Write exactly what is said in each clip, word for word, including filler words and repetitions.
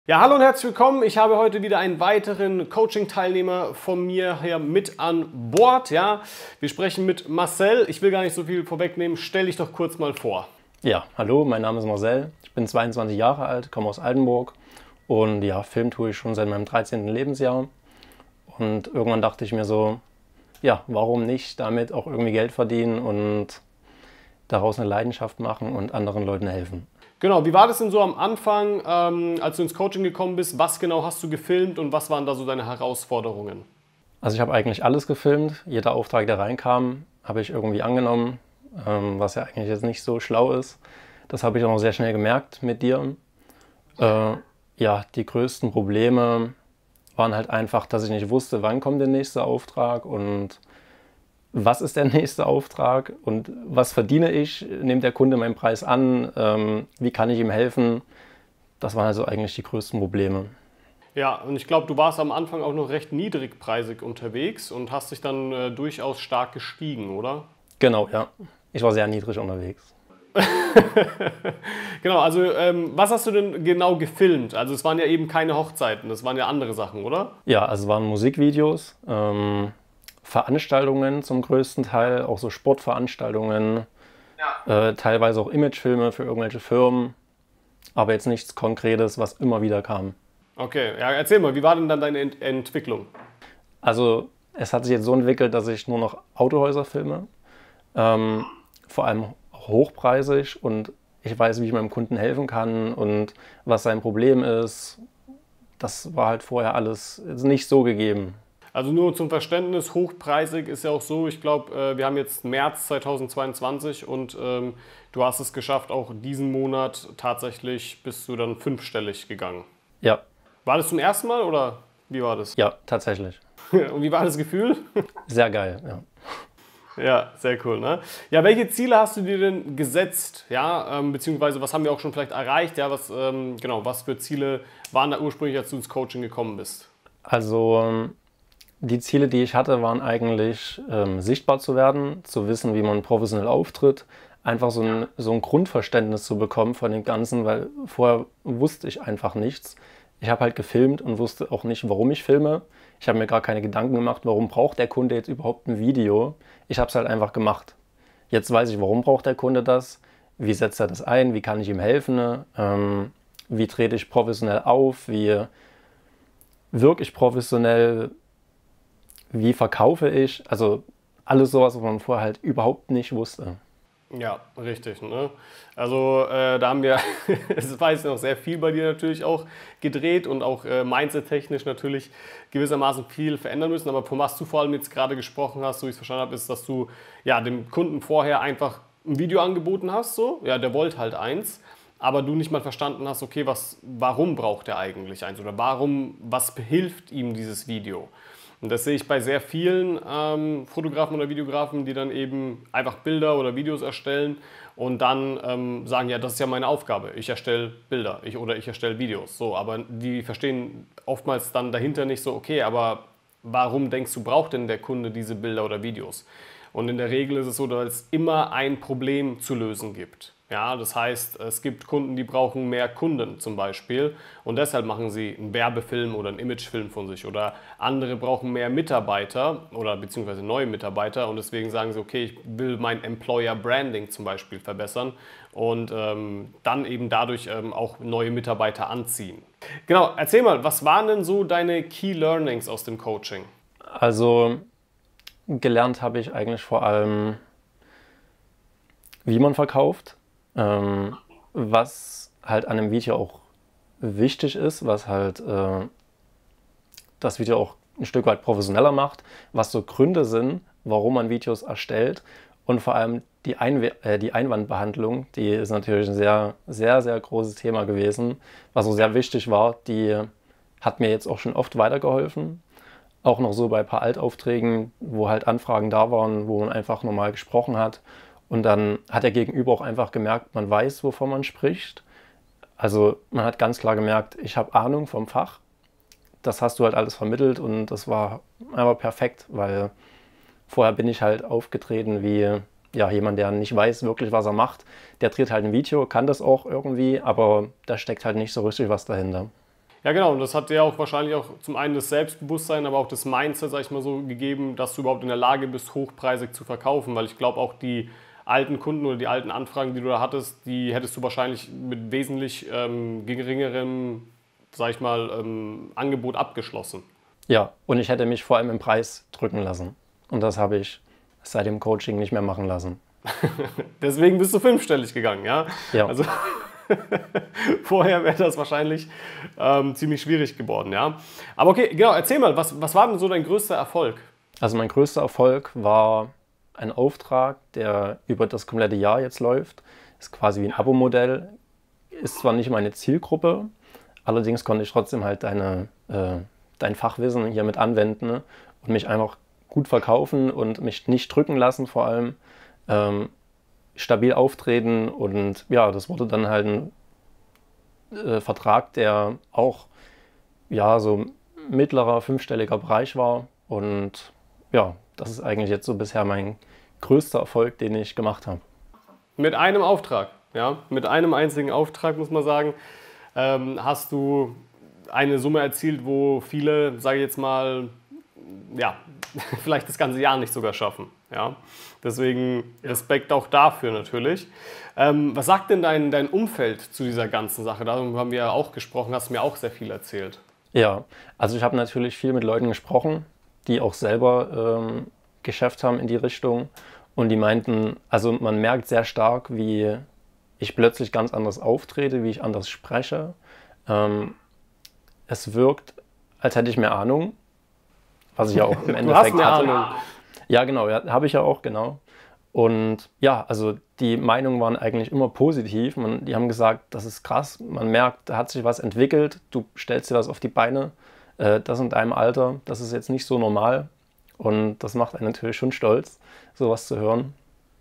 Ja, hallo und herzlich willkommen. Ich habe heute wieder einen weiteren Coaching-Teilnehmer von mir hier mit an Bord. Ja, wir sprechen mit Marcel. Ich will gar nicht so viel vorwegnehmen. Stell dich doch kurz mal vor. Ja, hallo, mein Name ist Marcel. Ich bin zweiundzwanzig Jahre alt, komme aus Altenburg und ja, Film tue ich schon seit meinem dreizehnten Lebensjahr. Und irgendwann dachte ich mir so, ja, warum nicht damit auch irgendwie Geld verdienen und daraus eine Leidenschaft machen und anderen Leuten helfen. Genau, wie war das denn so am Anfang, ähm, als du ins Coaching gekommen bist? Was genau hast du gefilmt und was waren da so deine Herausforderungen? Also ich habe eigentlich alles gefilmt. Jeder Auftrag, der reinkam, habe ich irgendwie angenommen, ähm, was ja eigentlich jetzt nicht so schlau ist. Das habe ich auch sehr schnell gemerkt mit dir. Äh, ja, die größten Probleme waren halt einfach, dass ich nicht wusste, wann kommt der nächste Auftrag und was ist der nächste Auftrag und was verdiene ich, nimmt der Kunde meinen Preis an, ähm, wie kann ich ihm helfen. Das waren also eigentlich die größten Probleme. Ja, und ich glaube, du warst am Anfang auch noch recht niedrigpreisig unterwegs und hast dich dann äh, durchaus stark gestiegen, oder? Genau, ja. Ich war sehr niedrig unterwegs. Genau, also ähm, was hast du denn genau gefilmt? Also es waren ja eben keine Hochzeiten, das waren ja andere Sachen, oder? Ja, also es waren Musikvideos, ähm, Veranstaltungen zum größten Teil, auch so Sportveranstaltungen, Ja. äh, teilweise auch Imagefilme für irgendwelche Firmen, aber jetzt nichts Konkretes, was immer wieder kam. Okay, ja, erzähl mal, wie war denn dann deine Ent Entwicklung? Also es hat sich jetzt so entwickelt, dass ich nur noch Autohäuser filme, ähm, vor allem hochpreisig, und ich weiß, wie ich meinem Kunden helfen kann und was sein Problem ist. Das war halt vorher alles nicht so gegeben. Also nur zum Verständnis, hochpreisig ist ja auch so, ich glaube, äh, wir haben jetzt März zweitausendzweiundzwanzig und ähm, du hast es geschafft, auch diesen Monat tatsächlich bist du dann fünfstellig gegangen. Ja, War das zum ersten Mal oder wie war das? ja, tatsächlich. Und wie war das Gefühl? Sehr geil, ja. Ja, sehr cool, ne? Ja, welche Ziele hast du dir denn gesetzt? Ja, ähm, beziehungsweise was haben wir auch schon vielleicht erreicht? Ja, was, ähm, genau, was für Ziele waren da ursprünglich, als du ins Coaching gekommen bist? Also ähm, die Ziele, die ich hatte, waren eigentlich ähm, sichtbar zu werden, zu wissen, wie man professionell auftritt, einfach so ein, so ein Grundverständnis zu bekommen von dem Ganzen, weil vorher wusste ich einfach nichts. Ich habe halt gefilmt und wusste auch nicht, warum ich filme. Ich habe mir gar keine Gedanken gemacht, warum braucht der Kunde jetzt überhaupt ein Video. Ich habe es halt einfach gemacht. Jetzt weiß ich, warum braucht der Kunde das, wie setzt er das ein, wie kann ich ihm helfen, ähm, wie trete ich professionell auf, wie wirke ich professionell, wie verkaufe ich. Also alles sowas, was man vorher halt überhaupt nicht wusste. Ja, richtig. Ne? Also äh, da haben wir, es war jetzt noch sehr viel bei dir natürlich auch gedreht und auch äh, mindset-technisch natürlich gewissermaßen viel verändern müssen. Aber von was du vor allem jetzt gerade gesprochen hast, so wie ich es verstanden habe, ist, dass du ja dem Kunden vorher einfach ein Video angeboten hast. So, ja, der wollte halt eins, aber du nicht mal verstanden hast, okay, was, warum braucht er eigentlich eins oder warum, was hilft ihm dieses Video? Und das sehe ich bei sehr vielen ähm, Fotografen oder Videografen, die dann eben einfach Bilder oder Videos erstellen und dann ähm, sagen, ja, das ist ja meine Aufgabe. Ich erstelle Bilder ich, oder ich erstelle Videos. So, aber die verstehen oftmals dann dahinter nicht so, okay, aber warum denkst du, braucht denn der Kunde diese Bilder oder Videos? Und in der Regel ist es so, dass es immer ein Problem zu lösen gibt. Ja, das heißt, es gibt Kunden, die brauchen mehr Kunden zum Beispiel und deshalb machen sie einen Werbefilm oder einen Imagefilm von sich. Oder andere brauchen mehr Mitarbeiter oder beziehungsweise neue Mitarbeiter und deswegen sagen sie, okay, ich will mein Employer Branding zum Beispiel verbessern und ähm, dann eben dadurch ähm, auch neue Mitarbeiter anziehen. Genau, erzähl mal, was waren denn so deine Key Learnings aus dem Coaching? Also gelernt habe ich eigentlich vor allem, wie man verkauft. Ähm, was halt an einem Video auch wichtig ist, was halt äh, das Video auch ein Stück weit professioneller macht, was so Gründe sind, warum man Videos erstellt, und vor allem die, Einw äh, die Einwandbehandlung, die ist natürlich ein sehr, sehr, sehr großes Thema gewesen, was so sehr wichtig war. Die hat mir jetzt auch schon oft weitergeholfen, auch noch so bei ein paar Altaufträgen, wo halt Anfragen da waren, wo man einfach normal gesprochen hat. Und dann hat der Gegenüber auch einfach gemerkt, man weiß, wovon man spricht. Also man hat ganz klar gemerkt, ich habe Ahnung vom Fach. Das hast du halt alles vermittelt und das war einfach perfekt, weil vorher bin ich halt aufgetreten wie ja, jemand, der nicht weiß wirklich, was er macht. Der dreht halt ein Video, kann das auch irgendwie, aber da steckt halt nicht so richtig was dahinter. Ja, genau. Und das hat dir auch wahrscheinlich auch zum einen das Selbstbewusstsein, aber auch das Mindset, sag ich mal so, gegeben, dass du überhaupt in der Lage bist, hochpreisig zu verkaufen. Weil ich glaube, auch die alten Kunden oder die alten Anfragen, die du da hattest, die hättest du wahrscheinlich mit wesentlich ähm, geringerem, sag ich mal, ähm, Angebot abgeschlossen. Ja, und ich hätte mich vor allem im Preis drücken lassen. Und das habe ich seit dem Coaching nicht mehr machen lassen. Deswegen bist du fünfstellig gegangen, ja? Ja. Also vorher wäre das wahrscheinlich ähm, ziemlich schwierig geworden, ja? Aber okay, genau, erzähl mal, was, was war denn so dein größter Erfolg? Also mein größter Erfolg war ein Auftrag, der über das komplette Jahr jetzt läuft. Ist quasi wie ein Abo-Modell. Ist zwar nicht meine Zielgruppe, allerdings konnte ich trotzdem halt deine, äh, dein Fachwissen hier mit anwenden, ne? Und mich einfach gut verkaufen und mich nicht drücken lassen, vor allem ähm, stabil auftreten. Und ja, das wurde dann halt ein äh, Vertrag, der auch ja, so mittlerer, fünfstelliger Bereich war. Und ja, das ist eigentlich jetzt so bisher mein größter Erfolg, den ich gemacht habe. Mit einem Auftrag, ja, mit einem einzigen Auftrag, muss man sagen, ähm, hast du eine Summe erzielt, wo viele, sage ich jetzt mal, ja, vielleicht das ganze Jahr nicht sogar schaffen. Ja? Deswegen Respekt auch dafür natürlich. Ähm, was sagt denn dein, dein Umfeld zu dieser ganzen Sache? Darüber haben wir ja auch gesprochen, hast mir auch sehr viel erzählt. Ja, also ich habe natürlich viel mit Leuten gesprochen, die auch selber ähm, Geschäft haben in die Richtung. Und die meinten, also man merkt sehr stark, wie ich plötzlich ganz anders auftrete, wie ich anders spreche. Ähm, es wirkt, als hätte ich mehr Ahnung. Was ich ja auch im Endeffekt du hast mehr hatte. Ahnung. Ja, genau, ja, habe ich ja auch, genau. Und ja, also die Meinungen waren eigentlich immer positiv. Man, die haben gesagt, das ist krass, man merkt, da hat sich was entwickelt, du stellst dir was auf die Beine, äh, das in deinem Alter, das ist jetzt nicht so normal. Und das macht einen natürlich schon stolz, sowas zu hören.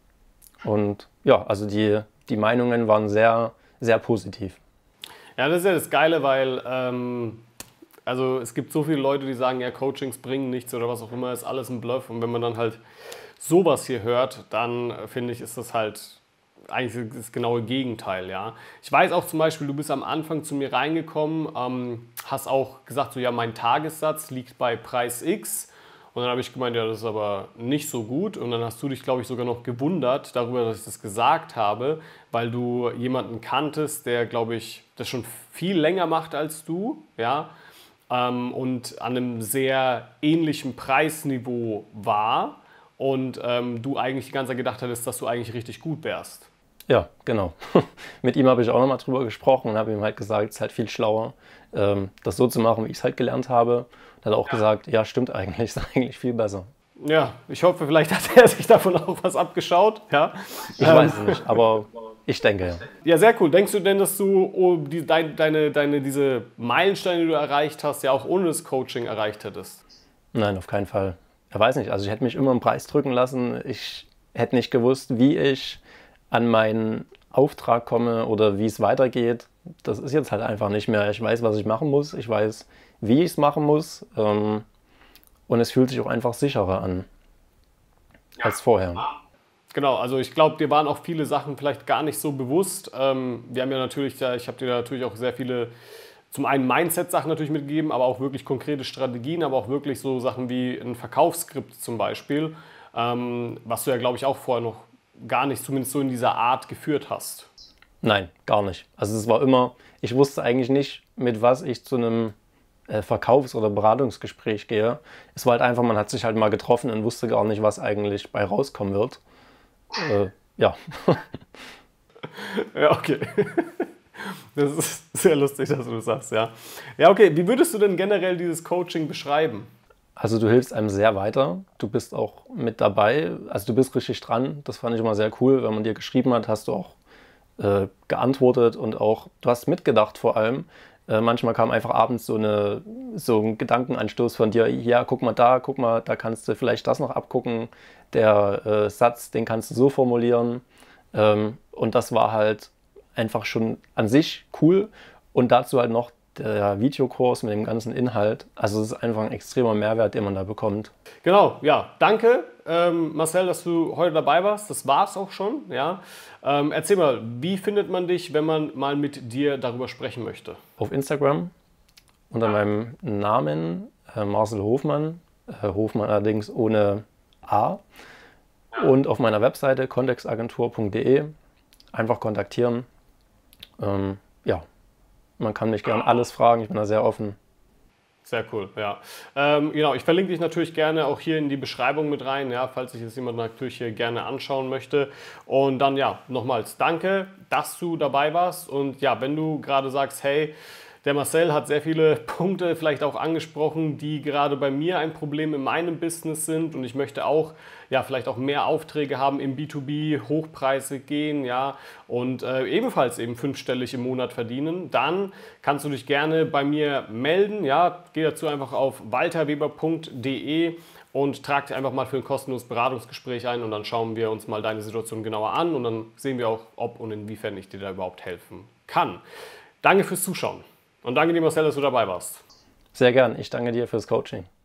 Und ja, also die, die Meinungen waren sehr, sehr positiv. Ja, das ist ja das Geile, weil ähm, also es gibt so viele Leute, die sagen, ja, Coachings bringen nichts oder was auch immer, ist alles ein Bluff. Und wenn man dann halt sowas hier hört, dann äh, finde ich, ist das halt eigentlich das genaue Gegenteil, ja. Ich weiß auch zum Beispiel, du bist am Anfang zu mir reingekommen, ähm, hast auch gesagt, so ja, mein Tagessatz liegt bei Preis X. Und dann habe ich gemeint, ja, das ist aber nicht so gut. Und dann hast du dich, glaube ich, sogar noch gewundert darüber, dass ich das gesagt habe, weil du jemanden kanntest, der, glaube ich, das schon viel länger macht als du, ja, ähm, und an einem sehr ähnlichen Preisniveau war und ähm, du eigentlich die ganze Zeit gedacht hattest, dass du eigentlich richtig gut wärst. Ja, genau. Mit ihm habe ich auch nochmal drüber gesprochen und habe ihm halt gesagt, es ist halt viel schlauer, ähm, das so zu machen, wie ich es halt gelernt habe. Und hat auch ja. gesagt, ja, stimmt eigentlich, ist eigentlich viel besser. Ja, ich hoffe, vielleicht hat er sich davon auch was abgeschaut. Ja. Ich ähm. weiß es nicht, aber ich denke ja. Ja, sehr cool. Denkst du denn, dass du oh, die, deine, deine, deine, diese Meilensteine, die du erreicht hast, ja auch ohne das Coaching erreicht hättest? Nein, auf keinen Fall. Er weiß nicht, also ich hätte mich immer im Preis drücken lassen. Ich hätte nicht gewusst, wie ich an meinen Auftrag komme oder wie es weitergeht. Das ist jetzt halt einfach nicht mehr. Ich weiß, was ich machen muss. Ich weiß, wie ich es machen muss. Ähm, und es fühlt sich auch einfach sicherer an als vorher. Genau, also ich glaube, dir waren auch viele Sachen vielleicht gar nicht so bewusst. Ähm, wir haben ja natürlich, ich habe dir natürlich auch sehr viele, zum einen Mindset-Sachen natürlich mitgegeben, aber auch wirklich konkrete Strategien, aber auch wirklich so Sachen wie ein Verkaufsskript zum Beispiel, ähm, was du ja, glaube ich, auch vorher noch gar nicht, zumindest so in dieser Art geführt hast. Nein, gar nicht. Also es war immer, ich wusste eigentlich nicht, mit was ich zu einem äh, Verkaufs- oder Beratungsgespräch gehe. Es war halt einfach, man hat sich halt mal getroffen und wusste gar nicht, was eigentlich bei rauskommen wird. Äh, ja. Ja, okay. Das ist sehr lustig, dass du das sagst, ja. Ja, okay. Wie würdest du denn generell dieses Coaching beschreiben? Also du hilfst einem sehr weiter. Du bist auch mit dabei. Also du bist richtig dran. Das fand ich immer sehr cool. Wenn man dir geschrieben hat, hast du auch äh, geantwortet und auch, du hast mitgedacht vor allem. Äh, manchmal kam einfach abends so, eine, so ein Gedankenanstoß von dir. Ja, guck mal da, guck mal, da kannst du vielleicht das noch abgucken. Der äh, Satz, den kannst du so formulieren. Ähm, und das war halt einfach schon an sich cool. Und dazu halt noch der Videokurs mit dem ganzen Inhalt. Also es ist einfach ein extremer Mehrwert, den man da bekommt. Genau, ja. Danke, ähm, Marcel, dass du heute dabei warst. Das war es auch schon. Ja. Ähm, erzähl mal, wie findet man dich, wenn man mal mit dir darüber sprechen möchte? Auf Instagram unter meinem Namen, äh, Marcel Hofmann, äh, Hofmann allerdings ohne A. Und auf meiner Webseite contextagentur punkt de einfach kontaktieren. Ähm, ja, man kann mich gerne alles fragen, ich bin da sehr offen. Sehr cool, ja. Ähm, genau, ich verlinke dich natürlich gerne auch hier in die Beschreibung mit rein, ja, falls sich jetzt jemand natürlich hier gerne anschauen möchte. Und dann ja, nochmals danke, dass du dabei warst. Und ja, wenn du gerade sagst, hey, der Marcel hat sehr viele Punkte vielleicht auch angesprochen, die gerade bei mir ein Problem in meinem Business sind und ich möchte auch, ja, vielleicht auch mehr Aufträge haben im B zwei B, Hochpreise gehen, ja, und äh, ebenfalls eben fünfstellig im Monat verdienen, dann kannst du dich gerne bei mir melden, ja, geh dazu einfach auf walterweber punkt de und trag dir einfach mal für ein kostenloses Beratungsgespräch ein und dann schauen wir uns mal deine Situation genauer an und dann sehen wir auch, ob und inwiefern ich dir da überhaupt helfen kann. Danke fürs Zuschauen. Und danke dir, Marcel, dass du dabei warst. Sehr gern. Ich danke dir fürs Coaching.